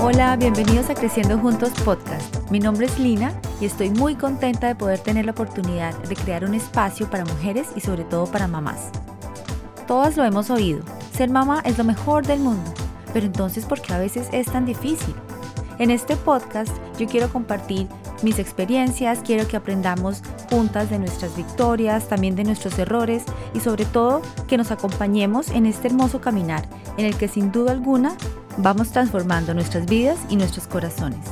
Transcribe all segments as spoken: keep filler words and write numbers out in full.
Hola, bienvenidos a Creciendo Juntos Podcast. Mi nombre es Lina y estoy muy contenta de poder tener la oportunidad de crear un espacio para mujeres y sobre todo para mamás. Todas lo hemos oído, ser mamá es lo mejor del mundo, pero entonces ¿por qué a veces es tan difícil? En este podcast yo quiero compartir mis experiencias, quiero que aprendamos juntas de nuestras victorias, también de nuestros errores y sobre todo que nos acompañemos en este hermoso caminar en el que sin duda alguna vamos transformando nuestras vidas y nuestros corazones.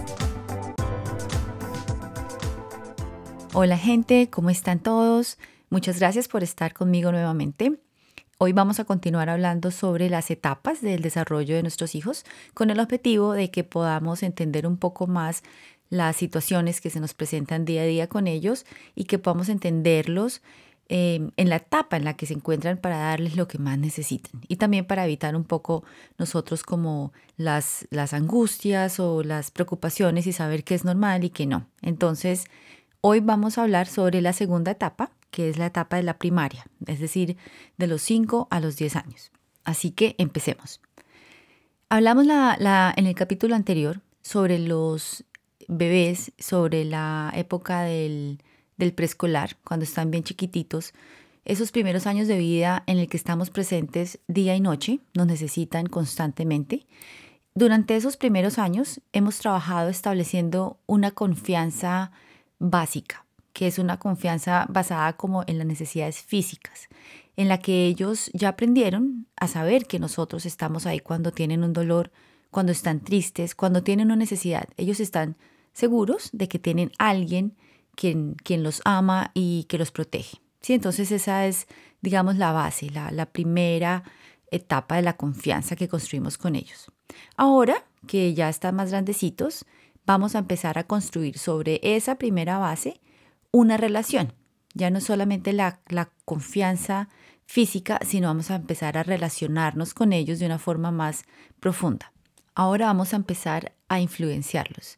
Hola gente, ¿cómo están todos? Muchas gracias por estar conmigo nuevamente. Hoy vamos a continuar hablando sobre las etapas del desarrollo de nuestros hijos con el objetivo de que podamos entender un poco más las situaciones que se nos presentan día a día con ellos y que podamos entenderlos eh, en la etapa en la que se encuentran para darles lo que más necesitan y también para evitar un poco nosotros como las, las angustias o las preocupaciones y saber qué es normal y qué no. Entonces, hoy vamos a hablar sobre la segunda etapa, que es la etapa de la primaria, es decir, de los cinco a los diez años. Así que empecemos. Hablamos la, la, en el capítulo anterior sobre los bebés, sobre la época del, del preescolar, cuando están bien chiquititos, esos primeros años de vida en el que estamos presentes día y noche, nos necesitan constantemente. Durante esos primeros años hemos trabajado estableciendo una confianza básica, que es una confianza basada como en las necesidades físicas, en la que ellos ya aprendieron a saber que nosotros estamos ahí cuando tienen un dolor, cuando están tristes, cuando tienen una necesidad. Ellos están seguros de que tienen alguien quien, quien los ama y que los protege. ¿Sí? Entonces esa es, digamos, la base, la, la primera etapa de la confianza que construimos con ellos. Ahora que ya están más grandecitos, vamos a empezar a construir sobre esa primera base una relación. Ya no solamente la, la confianza física, sino vamos a empezar a relacionarnos con ellos de una forma más profunda. Ahora vamos a empezar a influenciarlos.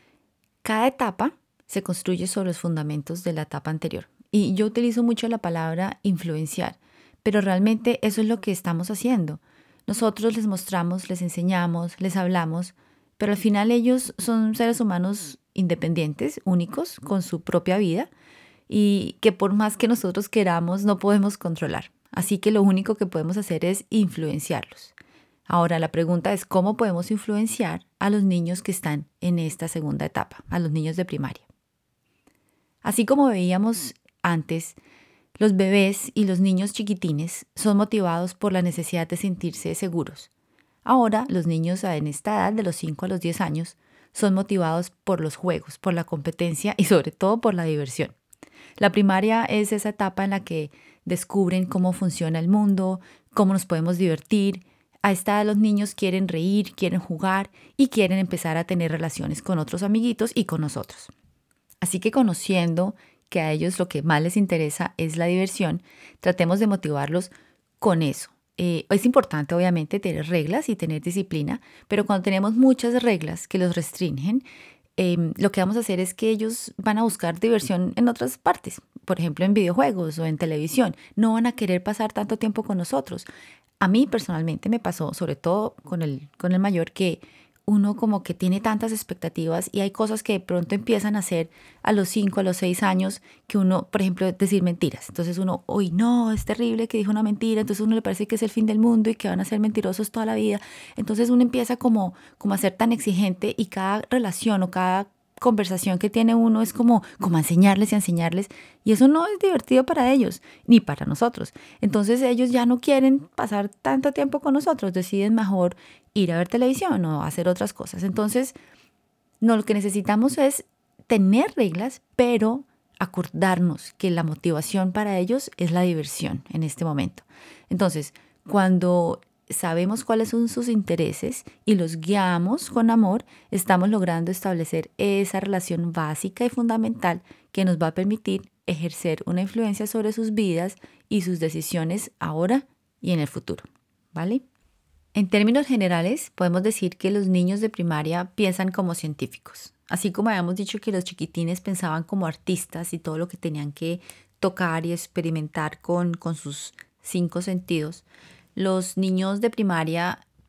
Cada etapa se construye sobre los fundamentos de la etapa anterior. Y yo utilizo mucho la palabra influenciar, pero realmente eso es lo que estamos haciendo. Nosotros les mostramos, les enseñamos, les hablamos, pero al final ellos son seres humanos independientes, únicos, con su propia vida y que por más que nosotros queramos no podemos controlar. Así que lo único que podemos hacer es influenciarlos. Ahora la pregunta es cómo podemos influenciar a los niños que están en esta segunda etapa, a los niños de primaria. Así como veíamos antes, los bebés y los niños chiquitines son motivados por la necesidad de sentirse seguros. Ahora los niños en esta edad de los cinco a los diez años son motivados por los juegos, por la competencia y sobre todo por la diversión. La primaria es esa etapa en la que descubren cómo funciona el mundo, cómo nos podemos divertir. A esta edad los niños quieren reír, quieren jugar y quieren empezar a tener relaciones con otros amiguitos y con nosotros. Así que conociendo que a ellos lo que más les interesa es la diversión, tratemos de motivarlos con eso. Eh, es importante obviamente tener reglas y tener disciplina, pero cuando tenemos muchas reglas que los restringen, eh, lo que vamos a hacer es que ellos van a buscar diversión en otras partes, por ejemplo en videojuegos o en televisión. No van a querer pasar tanto tiempo con nosotros. A mí personalmente me pasó, sobre todo con el, con el mayor, que uno como que tiene tantas expectativas y hay cosas que de pronto empiezan a hacer a los cinco, a los seis años, que uno, por ejemplo, decir mentiras. Entonces uno, uy, no, es terrible que dijo una mentira, entonces uno le parece que es el fin del mundo y que van a ser mentirosos toda la vida. Entonces uno empieza como, como a ser tan exigente y cada relación o cada conversación que tiene uno es como, como enseñarles y enseñarles y eso no es divertido para ellos ni para nosotros. Entonces ellos ya no quieren pasar tanto tiempo con nosotros, deciden mejor ir a ver televisión o hacer otras cosas. Entonces no, lo que necesitamos es tener reglas, pero acordarnos que la motivación para ellos es la diversión en este momento. Entonces, cuando sabemos cuáles son sus intereses y los guiamos con amor, estamos logrando establecer esa relación básica y fundamental que nos va a permitir ejercer una influencia sobre sus vidas y sus decisiones ahora y en el futuro, ¿vale? En términos generales, podemos decir que los niños de primaria piensan como científicos. Así como habíamos dicho que los chiquitines pensaban como artistas y todo lo que tenían que tocar y experimentar con, con sus cinco sentidos, los niños de primaria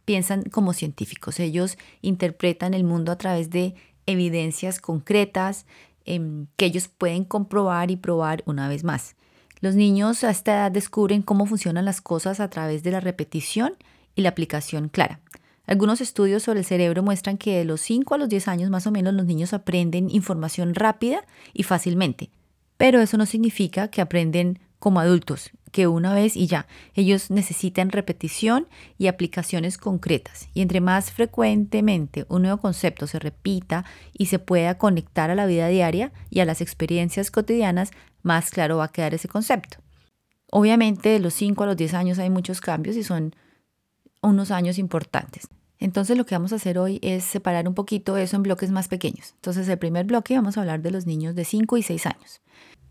piensan como científicos. Ellos interpretan el mundo a través de evidencias concretas em, que ellos pueden comprobar y probar una vez más. Los niños a esta edad descubren cómo funcionan las cosas a través de la repetición y la aplicación clara. Algunos estudios sobre el cerebro muestran que de los cinco a los diez años más o menos los niños aprenden información rápida y fácilmente. Pero eso no significa que aprenden como adultos, que una vez y ya. Ellos necesitan repetición y aplicaciones concretas. Y entre más frecuentemente un nuevo concepto se repita y se pueda conectar a la vida diaria y a las experiencias cotidianas, más claro va a quedar ese concepto. Obviamente de los cinco a los diez años hay muchos cambios y son unos años importantes. Entonces lo que vamos a hacer hoy es separar un poquito eso en bloques más pequeños. Entonces el primer bloque vamos a hablar de los niños de cinco y seis años.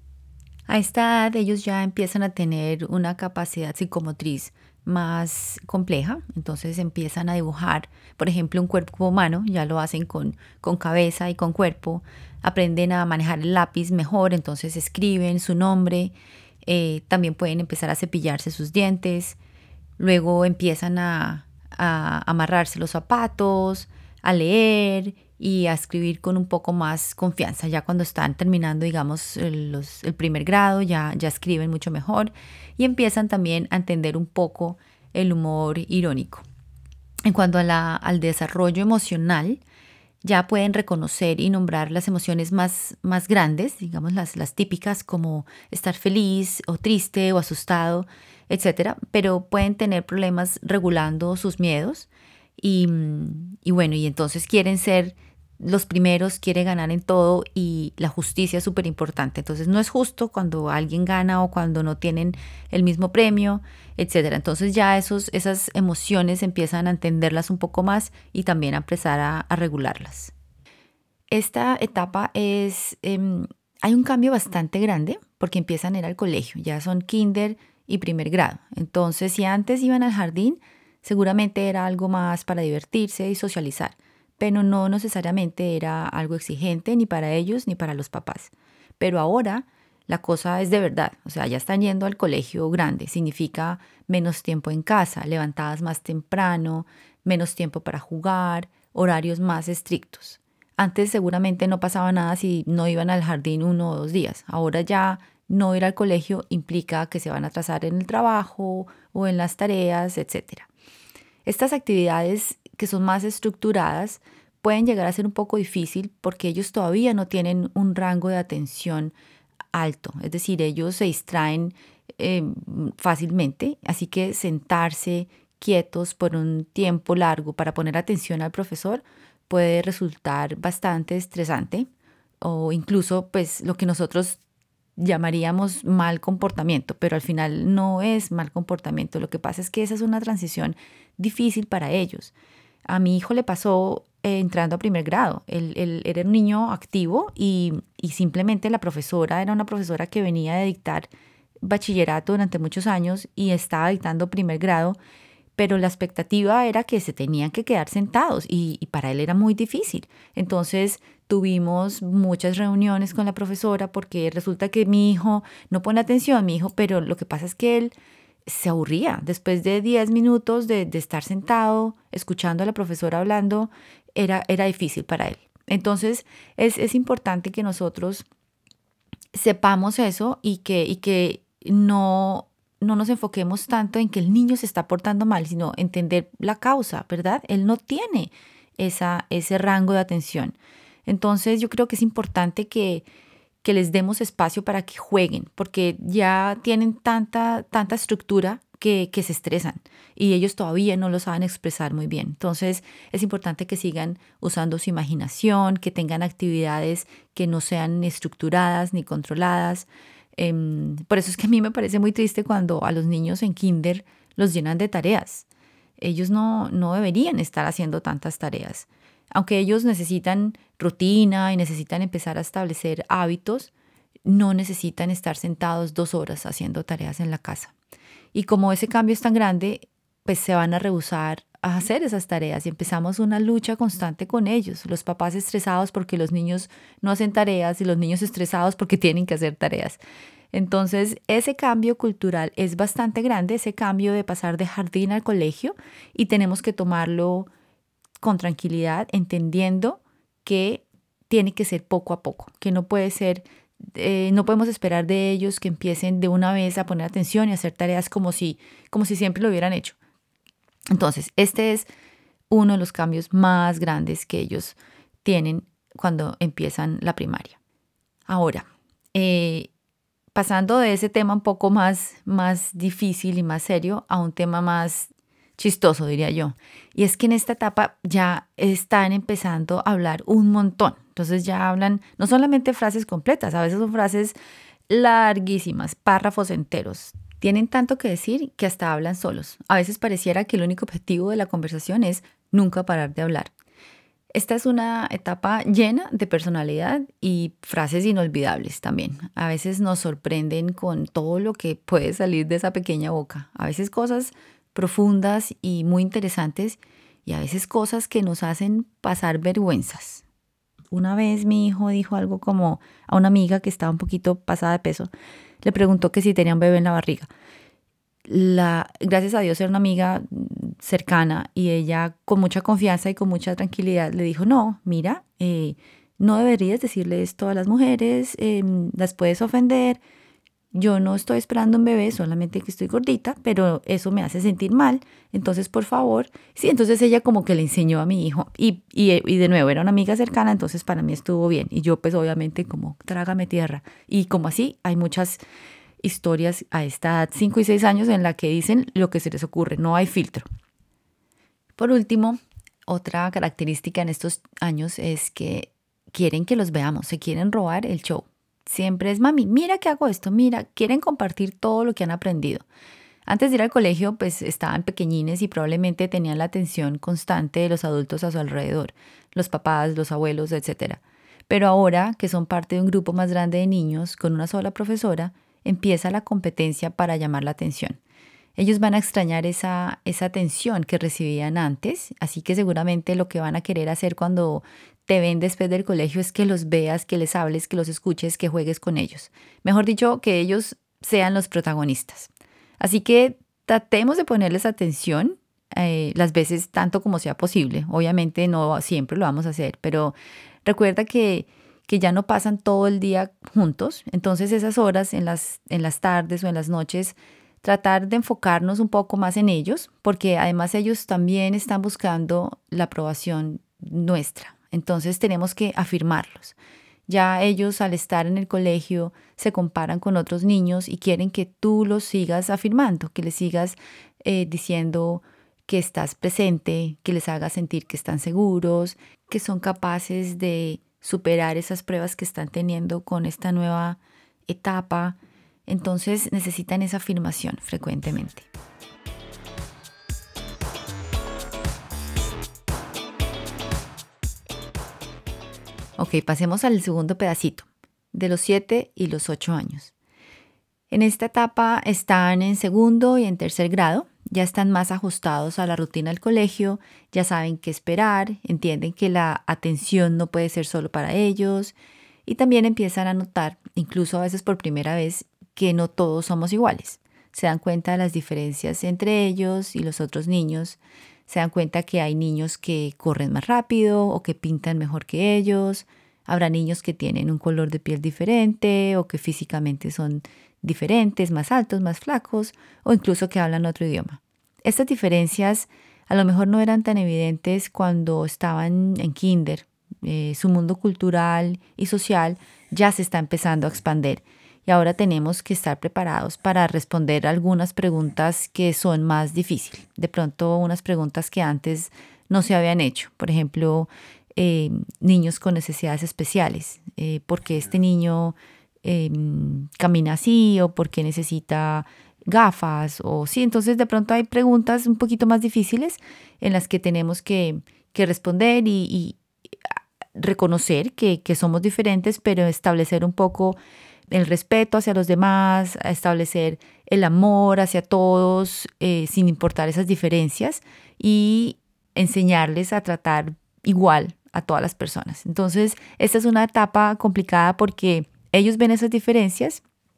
A esta edad ellos ya empiezan a tener una capacidad psicomotriz más compleja, entonces empiezan a dibujar, por ejemplo, un cuerpo humano, ya lo hacen con, con cabeza y con cuerpo, aprenden a manejar el lápiz mejor, entonces escriben su nombre, eh, también pueden empezar a cepillarse sus dientes, luego empiezan a, a amarrarse los zapatos, a leer y a escribir con un poco más confianza. Ya cuando están terminando, digamos, el, los, el primer grado, ya, ya escriben mucho mejor y empiezan también a entender un poco el humor irónico. En cuanto a la, al desarrollo emocional, ya pueden reconocer y nombrar las emociones más, más grandes, digamos las, las típicas como estar feliz o triste o asustado, etcétera, pero pueden tener problemas regulando sus miedos y, y bueno, y entonces quieren ser los primeros, quieren ganar en todo y la justicia es súper importante. Entonces no es justo cuando alguien gana o cuando no tienen el mismo premio, etcétera. Entonces ya esos, esas emociones empiezan a entenderlas un poco más y también a empezar a, a regularlas. Esta etapa es, eh, hay un cambio bastante grande porque empiezan a ir al colegio, ya son kinder y primer grado. Entonces si antes iban al jardín, seguramente era algo más para divertirse y socializar, pero no necesariamente era algo exigente ni para ellos ni para los papás. Pero ahora la cosa es de verdad, o sea, ya están yendo al colegio grande, significa menos tiempo en casa, levantadas más temprano, menos tiempo para jugar, horarios más estrictos. Antes seguramente no pasaba nada si no iban al jardín uno o dos días. Ahora ya no ir al colegio implica que se van a atrasar en el trabajo o en las tareas, etcétera. Estas actividades que son más estructuradas pueden llegar a ser un poco difícil porque ellos todavía no tienen un rango de atención alto, es decir, ellos se distraen eh, fácilmente, así que sentarse quietos por un tiempo largo para poner atención al profesor puede resultar bastante estresante o incluso pues lo que nosotros llamaríamos mal comportamiento, pero al final no es mal comportamiento. Lo que pasa es que esa es una transición difícil para ellos. A mi hijo le pasó eh, entrando a primer grado. Él, él era un niño activo y, y simplemente la profesora era una profesora que venía de dictar bachillerato durante muchos años y estaba dictando primer grado, pero la expectativa era que se tenían que quedar sentados y, y para él era muy difícil. Entonces tuvimos muchas reuniones con la profesora porque resulta que mi hijo no pone atención, mi hijo, pero lo que pasa es que él se aburría. Después de diez minutos de, de estar sentado, escuchando a la profesora hablando, era, era difícil para él. Entonces es, es importante que nosotros sepamos eso y que, y que no... no nos enfoquemos tanto en que el niño se está portando mal, sino entender la causa, ¿verdad? Él no tiene esa, ese rango de atención. Entonces yo creo que es importante que, que les demos espacio para que jueguen, porque ya tienen tanta, tanta estructura que, que se estresan y ellos todavía no lo saben expresar muy bien. Entonces es importante que sigan usando su imaginación, que tengan actividades que no sean estructuradas ni controladas. Um, por eso es que a mí me parece muy triste cuando a los niños en kinder los llenan de tareas. Ellos no, no deberían estar haciendo tantas tareas. Aunque ellos necesitan rutina y necesitan empezar a establecer hábitos, no necesitan estar sentados dos horas haciendo tareas en la casa. Y como ese cambio es tan grande, pues se van a rehusar a hacer esas tareas y empezamos una lucha constante con ellos. Los papás estresados porque los niños no hacen tareas y los niños estresados porque tienen que hacer tareas. Entonces, ese cambio cultural es bastante grande, ese cambio de pasar de jardín al colegio, y tenemos que tomarlo con tranquilidad, entendiendo que tiene que ser poco a poco, que no puede ser, eh, no podemos esperar de ellos que empiecen de una vez a poner atención y hacer tareas como si, como si siempre lo hubieran hecho. Entonces, este es uno de los cambios más grandes que ellos tienen cuando empiezan la primaria. Ahora, eh, pasando de ese tema un poco más, más difícil y más serio a un tema más chistoso, diría yo. Y es que en esta etapa ya están empezando a hablar un montón. Entonces ya hablan no solamente frases completas, a veces son frases larguísimas, párrafos enteros. Tienen tanto que decir que hasta hablan solos. A veces pareciera que el único objetivo de la conversación es nunca parar de hablar. Esta es una etapa llena de personalidad y frases inolvidables también. A veces nos sorprenden con todo lo que puede salir de esa pequeña boca. A veces cosas profundas y muy interesantes, y a veces cosas que nos hacen pasar vergüenzas. Una vez mi hijo dijo algo como a una amiga que estaba un poquito pasada de peso. Le preguntó que si tenía un bebé en la barriga. La, gracias a Dios era una amiga cercana, y ella con mucha confianza y con mucha tranquilidad le dijo, no, mira, eh, no deberías decirle esto a las mujeres, eh, las puedes ofender. Yo no estoy esperando un bebé, solamente que estoy gordita, pero eso me hace sentir mal. Entonces, por favor. Sí, entonces ella como que le enseñó a mi hijo. Y, y, y de nuevo, era una amiga cercana, entonces para mí estuvo bien. Y yo pues obviamente como trágame tierra. Y como así, hay muchas historias a esta edad, cinco y seis años, en la que dicen lo que se les ocurre, no hay filtro. Por último, otra característica en estos años es que quieren que los veamos, se quieren robar el show. Siempre es, mami, mira que hago esto, mira, quieren compartir todo lo que han aprendido. Antes de ir al colegio, pues estaban pequeñines y probablemente tenían la atención constante de los adultos a su alrededor, los papás, los abuelos, etcétera. Pero ahora, que son parte de un grupo más grande de niños con una sola profesora, empieza la competencia para llamar la atención. Ellos van a extrañar esa, esa atención que recibían antes, así que seguramente lo que van a querer hacer cuando te ven después del colegio es que los veas, que les hables, que los escuches, que juegues con ellos. Mejor dicho, que ellos sean los protagonistas. Así que tratemos de ponerles atención eh, las veces tanto como sea posible. Obviamente no siempre lo vamos a hacer, pero recuerda que, que ya no pasan todo el día juntos. Entonces esas horas en las, en las tardes o en las noches, tratar de enfocarnos un poco más en ellos, porque además ellos también están buscando la aprobación nuestra. Entonces tenemos que afirmarlos. Ya ellos, al estar en el colegio, se comparan con otros niños y quieren que tú los sigas afirmando, que les sigas eh, diciendo que estás presente, que les hagas sentir que están seguros, que son capaces de superar esas pruebas que están teniendo con esta nueva etapa. Entonces necesitan esa afirmación frecuentemente. Ok, pasemos al segundo pedacito, de los siete y los ocho años. En esta etapa están en segundo y en tercer grado, ya están más ajustados a la rutina del colegio, ya saben qué esperar, entienden que la atención no puede ser solo para ellos, y también empiezan a notar, incluso a veces por primera vez, que no todos somos iguales. Se dan cuenta de las diferencias entre ellos y los otros niños. Se dan cuenta que hay niños que corren más rápido o que pintan mejor que ellos. Habrá niños que tienen un color de piel diferente o que físicamente son diferentes, más altos, más flacos, o incluso que hablan otro idioma. Estas diferencias a lo mejor no eran tan evidentes cuando estaban en kinder. Eh, su mundo cultural y social ya se está empezando a expandir. Y ahora tenemos que estar preparados para responder algunas preguntas que son más difíciles. De pronto, unas preguntas que antes no se habían hecho. Por ejemplo, eh, niños con necesidades especiales. Eh, ¿Por qué este niño eh, camina así? ¿O por qué necesita gafas? O sí, entonces de pronto hay preguntas un poquito más difíciles en las que tenemos que, que responder y, y reconocer que, que somos diferentes, pero establecer un poco el respeto hacia los demás, a establecer el amor hacia todos, eh, sin importar esas diferencias, y enseñarles a tratar igual a todas las personas. Entonces, esta es una etapa complicada porque ellos ven esas diferencias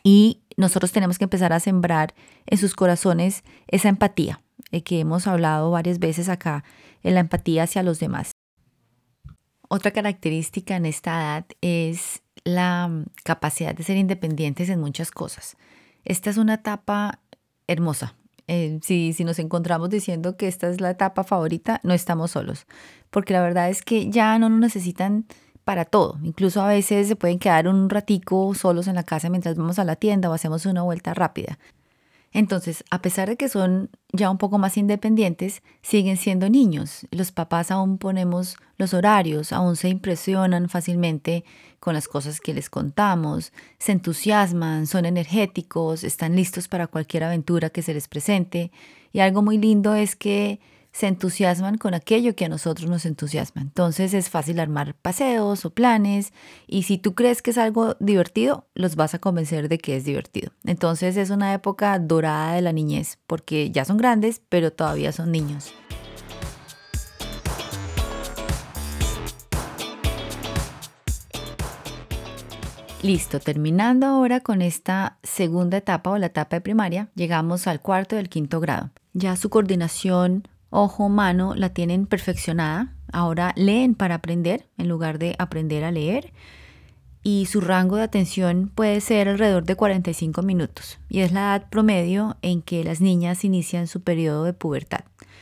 Y nosotros tenemos que empezar a sembrar en sus corazones esa empatía, eh, que hemos hablado varias veces acá, en la empatía hacia los demás. Otra característica en esta edad es la mm, capacidad de ser independientes en muchas cosas. Esta es una etapa hermosa. Eh, si, si nos encontramos diciendo que esta es la etapa favorita, no estamos solos, porque la verdad es que ya no nos necesitan para todo. Incluso a veces se pueden quedar un ratico solos en la casa mientras vamos a la tienda o hacemos una vuelta rápida. Entonces, a pesar de que son ya un poco más independientes, siguen siendo niños. Los papás aún ponemos los horarios, aún se impresionan fácilmente con las cosas que les contamos, se entusiasman, son energéticos, están listos para cualquier aventura que se les presente. Y algo muy lindo es que se entusiasman con aquello que a nosotros nos entusiasma. Entonces es fácil armar paseos o planes y si tú crees que es algo divertido, los vas a convencer de que es divertido. Entonces es una época dorada de la niñez porque ya son grandes, pero todavía son niños. Listo, terminando ahora con esta segunda etapa o la etapa de primaria, llegamos al cuarto y al quinto grado. Ya su coordinación ojo-mano la tienen perfeccionada. Ahora leen para aprender en lugar de aprender a leer. Y su rango de atención puede ser alrededor de cuarenta y cinco minutos. Y es la edad promedio en que las niñas inician su periodo de pubertad.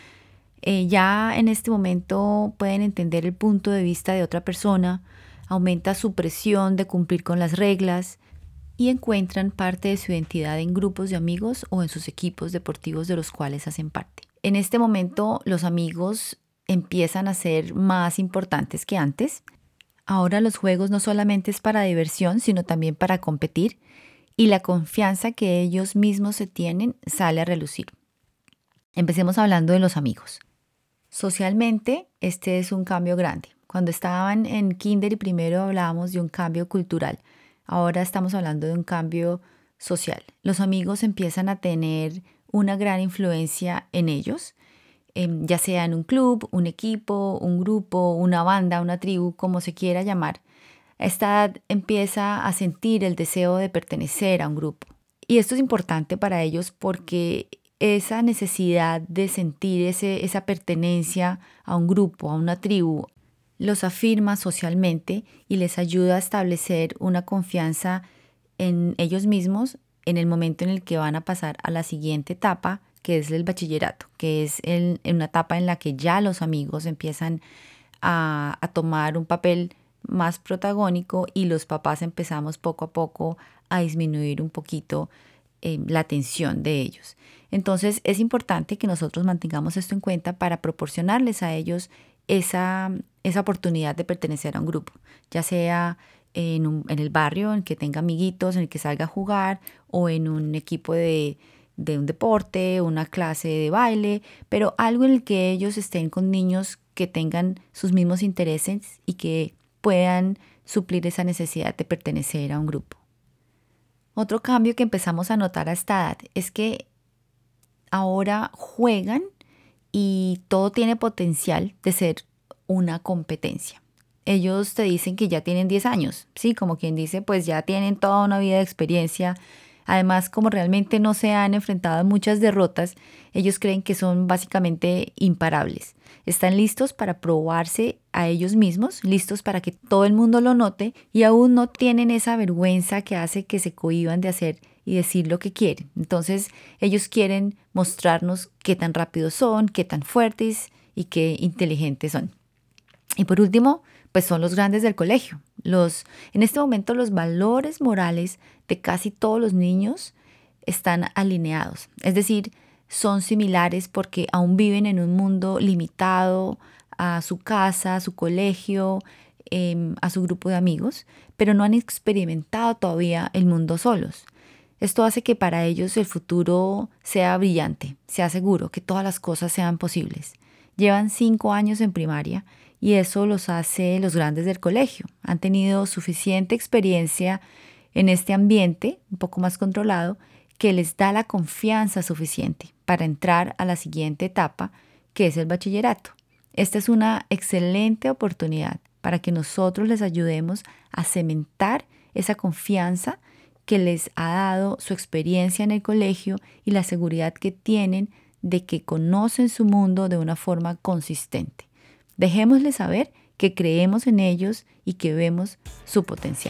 Eh, ya en este momento pueden entender el punto de vista de otra persona, aumenta su presión de cumplir con las reglas y encuentran parte de su identidad en grupos de amigos o en sus equipos deportivos de los cuales hacen parte. En este momento los amigos empiezan a ser más importantes que antes. Ahora los juegos no solamente es para diversión, sino también para competir y la confianza que ellos mismos se tienen sale a relucir. Empecemos hablando de los amigos. Socialmente, este es un cambio grande. Cuando estaban en kinder y primero hablábamos de un cambio cultural. Ahora estamos hablando de un cambio social. Los amigos empiezan a tener una gran influencia en ellos, eh, ya sea en un club, un equipo, un grupo, una banda, una tribu, como se quiera llamar. A esta edad empieza a sentir el deseo de pertenecer a un grupo. Y esto es importante para ellos porque esa necesidad de sentir ese, esa pertenencia a un grupo, a una tribu, los afirma socialmente y les ayuda a establecer una confianza en ellos mismos en el momento en el que van a pasar a la siguiente etapa, que es el bachillerato, que es el, en una etapa en la que ya los amigos empiezan a, a tomar un papel más protagónico y los papás empezamos poco a poco a disminuir un poquito eh, la atención de ellos. Entonces es importante que nosotros mantengamos esto en cuenta para proporcionarles a ellos esa, esa oportunidad de pertenecer a un grupo, ya sea en, un, en el barrio, en que tenga amiguitos, en el que salga a jugar o en un equipo de, de un deporte, una clase de baile, pero algo en el que ellos estén con niños que tengan sus mismos intereses y que puedan suplir esa necesidad de pertenecer a un grupo. Otro cambio que empezamos a notar a esta edad es que ahora juegan y todo tiene potencial de ser una competencia. Ellos te dicen que ya tienen diez años, sí, como quien dice, pues ya tienen toda una vida de experiencia. Además, como realmente no se han enfrentado a muchas derrotas, ellos creen que son básicamente imparables. Están listos para probarse a ellos mismos, listos para que todo el mundo lo note y aún no tienen esa vergüenza que hace que se cohíban de hacer y decir lo que quieren. Entonces, ellos quieren mostrarnos qué tan rápidos son, qué tan fuertes y qué inteligentes son. Y por último, pues son los grandes del colegio. Los, en este momento los valores morales de casi todos los niños están alineados. Es decir, son similares porque aún viven en un mundo limitado a su casa, a su colegio, eh, a su grupo de amigos, pero no han experimentado todavía el mundo solos. Esto hace que para ellos el futuro sea brillante, sea seguro, que todas las cosas sean posibles. Llevan cinco años en primaria y eso los hace los grandes del colegio. Han tenido suficiente experiencia en este ambiente, un poco más controlado, que les da la confianza suficiente para entrar a la siguiente etapa, que es el bachillerato. Esta es una excelente oportunidad para que nosotros les ayudemos a cementar esa confianza que les ha dado su experiencia en el colegio y la seguridad que tienen de que conocen su mundo de una forma consistente. Dejémosles saber que creemos en ellos y que vemos su potencial.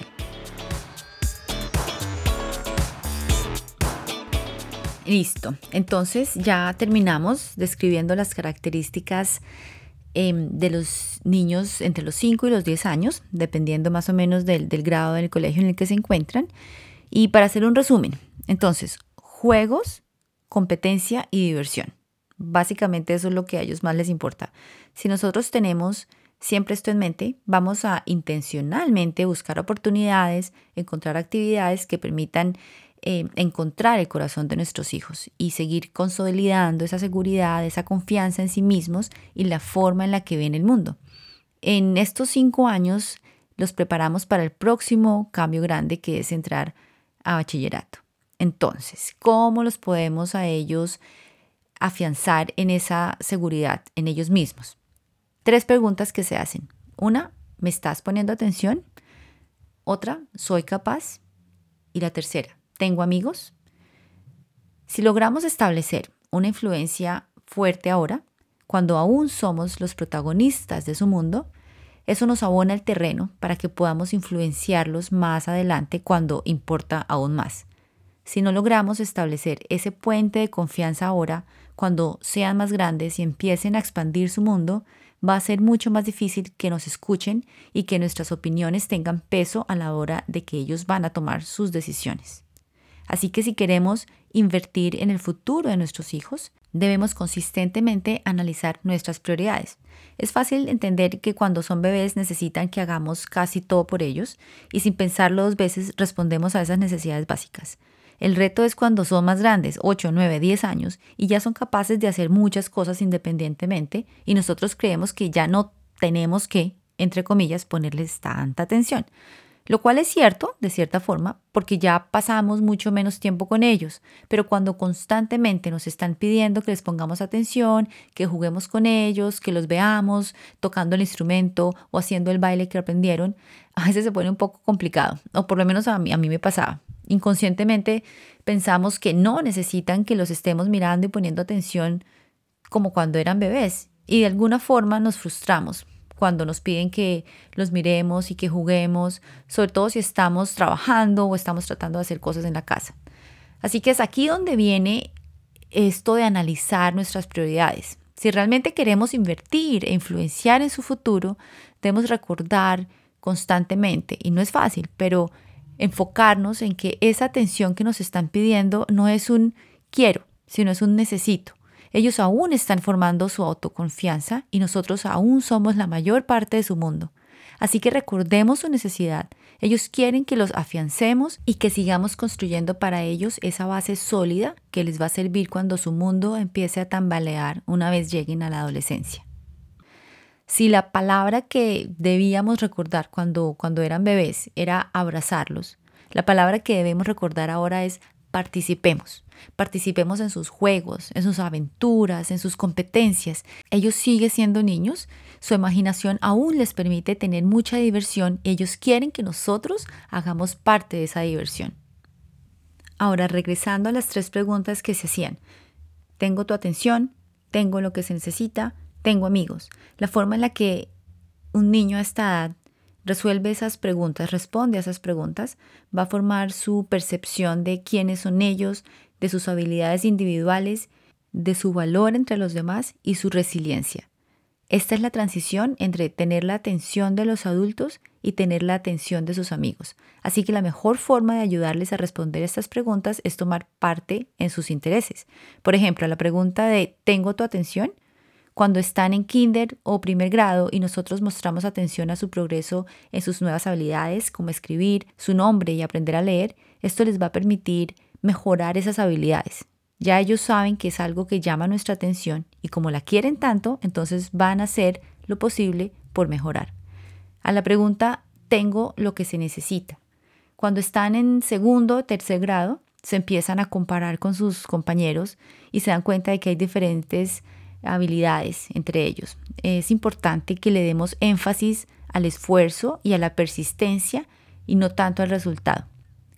Listo, entonces ya terminamos describiendo las características eh, de los niños entre los cinco y los diez años, dependiendo más o menos del, del grado del colegio en el que se encuentran. Y para hacer un resumen, entonces, juegos, competencia y diversión. Básicamente eso es lo que a ellos más les importa. Si nosotros tenemos siempre esto en mente, vamos a intencionalmente buscar oportunidades, encontrar actividades que permitan eh, encontrar el corazón de nuestros hijos y seguir consolidando esa seguridad, esa confianza en sí mismos y la forma en la que ven el mundo. En estos cinco años los preparamos para el próximo cambio grande, que es entrar a bachillerato. Entonces, ¿cómo los podemos a ellos afianzar en esa seguridad en ellos mismos? Tres preguntas que se hacen. Una, ¿me estás poniendo atención? Otra, ¿soy capaz? Y la tercera, ¿tengo amigos? Si logramos establecer una influencia fuerte ahora, cuando aún somos los protagonistas de su mundo, eso nos abona el terreno para que podamos influenciarlos más adelante cuando importa aún más. Si no logramos establecer ese puente de confianza ahora, cuando sean más grandes y empiecen a expandir su mundo, va a ser mucho más difícil que nos escuchen y que nuestras opiniones tengan peso a la hora de que ellos van a tomar sus decisiones. Así que si queremos invertir en el futuro de nuestros hijos, debemos consistentemente analizar nuestras prioridades. Es fácil entender que cuando son bebés necesitan que hagamos casi todo por ellos y sin pensarlo dos veces respondemos a esas necesidades básicas. El reto es cuando son más grandes, ocho, nueve, diez años, y ya son capaces de hacer muchas cosas independientemente y nosotros creemos que ya no tenemos que, entre comillas, ponerles tanta atención. Lo cual es cierto, de cierta forma, porque ya pasamos mucho menos tiempo con ellos, pero cuando constantemente nos están pidiendo que les pongamos atención, que juguemos con ellos, que los veamos tocando el instrumento o haciendo el baile que aprendieron, a veces se pone un poco complicado, o por lo menos a mí, a mí me pasaba. Inconscientemente pensamos que no necesitan que los estemos mirando y poniendo atención como cuando eran bebés, y de alguna forma nos frustramos cuando nos piden que los miremos y que juguemos, sobre todo si estamos trabajando o estamos tratando de hacer cosas en la casa. Así que es aquí donde viene esto de analizar nuestras prioridades. Si realmente queremos invertir e influenciar en su futuro, debemos recordar constantemente, y no es fácil, pero enfocarnos en que esa atención que nos están pidiendo no es un quiero, sino es un necesito. Ellos aún están formando su autoconfianza y nosotros aún somos la mayor parte de su mundo. Así que recordemos su necesidad. Ellos quieren que los afiancemos y que sigamos construyendo para ellos esa base sólida que les va a servir cuando su mundo empiece a tambalear una vez lleguen a la adolescencia. Si la palabra que debíamos recordar cuando, cuando eran bebés era abrazarlos, la palabra que debemos recordar ahora es participemos. Participemos en sus juegos, en sus aventuras, en sus competencias. Ellos siguen siendo niños, su imaginación aún les permite tener mucha diversión y ellos quieren que nosotros hagamos parte de esa diversión. Ahora, regresando a las tres preguntas que se hacían. ¿Tengo tu atención? ¿Tengo lo que se necesita? ¿Tengo amigos? La forma en la que un niño a esta edad resuelve esas preguntas, responde a esas preguntas, va a formar su percepción de quiénes son ellos, de sus habilidades individuales, de su valor entre los demás y su resiliencia. Esta es la transición entre tener la atención de los adultos y tener la atención de sus amigos. Así que la mejor forma de ayudarles a responder estas preguntas es tomar parte en sus intereses. Por ejemplo, a la pregunta de ¿tengo tu atención? Cuando están en kinder o primer grado y nosotros mostramos atención a su progreso en sus nuevas habilidades, como escribir su nombre y aprender a leer, esto les va a permitir mejorar esas habilidades. Ya ellos saben que es algo que llama nuestra atención y como la quieren tanto, entonces van a hacer lo posible por mejorar. A la pregunta, ¿tengo lo que se necesita? Cuando están en segundo o tercer grado, se empiezan a comparar con sus compañeros y se dan cuenta de que hay diferentes habilidades entre ellos. Es importante que le demos énfasis al esfuerzo y a la persistencia y no tanto al resultado.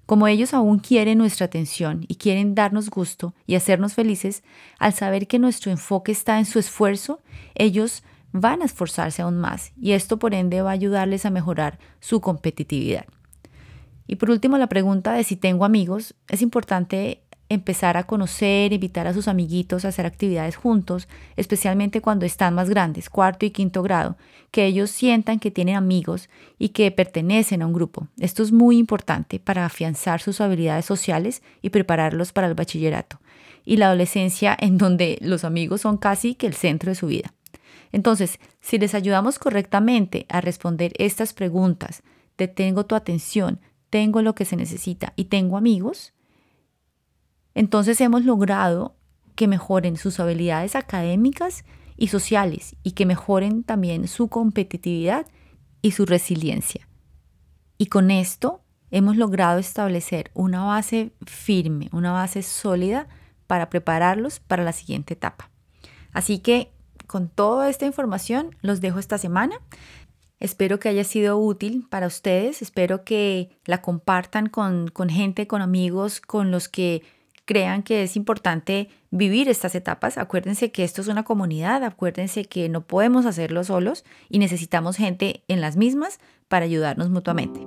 Como ellos aún quieren nuestra atención y quieren darnos gusto y hacernos felices, al saber que nuestro enfoque está en su esfuerzo, ellos van a esforzarse aún más y esto por ende va a ayudarles a mejorar su competitividad. Y por último, la pregunta de si tengo amigos. Es importante empezar a conocer, invitar a sus amiguitos a hacer actividades juntos, especialmente cuando están más grandes, cuarto y quinto grado, que ellos sientan que tienen amigos y que pertenecen a un grupo. Esto es muy importante para afianzar sus habilidades sociales y prepararlos para el bachillerato y la adolescencia, en donde los amigos son casi que el centro de su vida. Entonces, si les ayudamos correctamente a responder estas preguntas de tengo tu atención, tengo lo que se necesita y tengo amigos, entonces hemos logrado que mejoren sus habilidades académicas y sociales y que mejoren también su competitividad y su resiliencia. Y con esto hemos logrado establecer una base firme, una base sólida para prepararlos para la siguiente etapa. Así que con toda esta información los dejo esta semana. Espero que haya sido útil para ustedes, espero que la compartan con, con gente, con amigos, con los que crean que es importante vivir estas etapas. Acuérdense que esto es una comunidad, acuérdense que no podemos hacerlo solos y necesitamos gente en las mismas para ayudarnos mutuamente.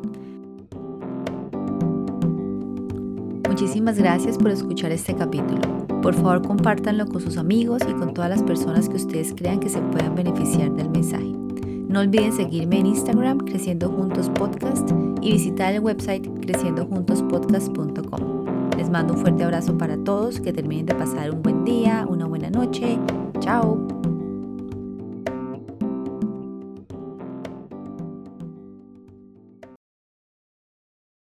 Muchísimas gracias por escuchar este capítulo. Por favor, compártanlo con sus amigos y con todas las personas que ustedes crean que se puedan beneficiar del mensaje. No olviden seguirme en Instagram, Creciendo Juntos Podcast, y visitar el website creciendo juntos podcast punto com. Les mando un fuerte abrazo para todos, que terminen de pasar un buen día, una buena noche. Chao.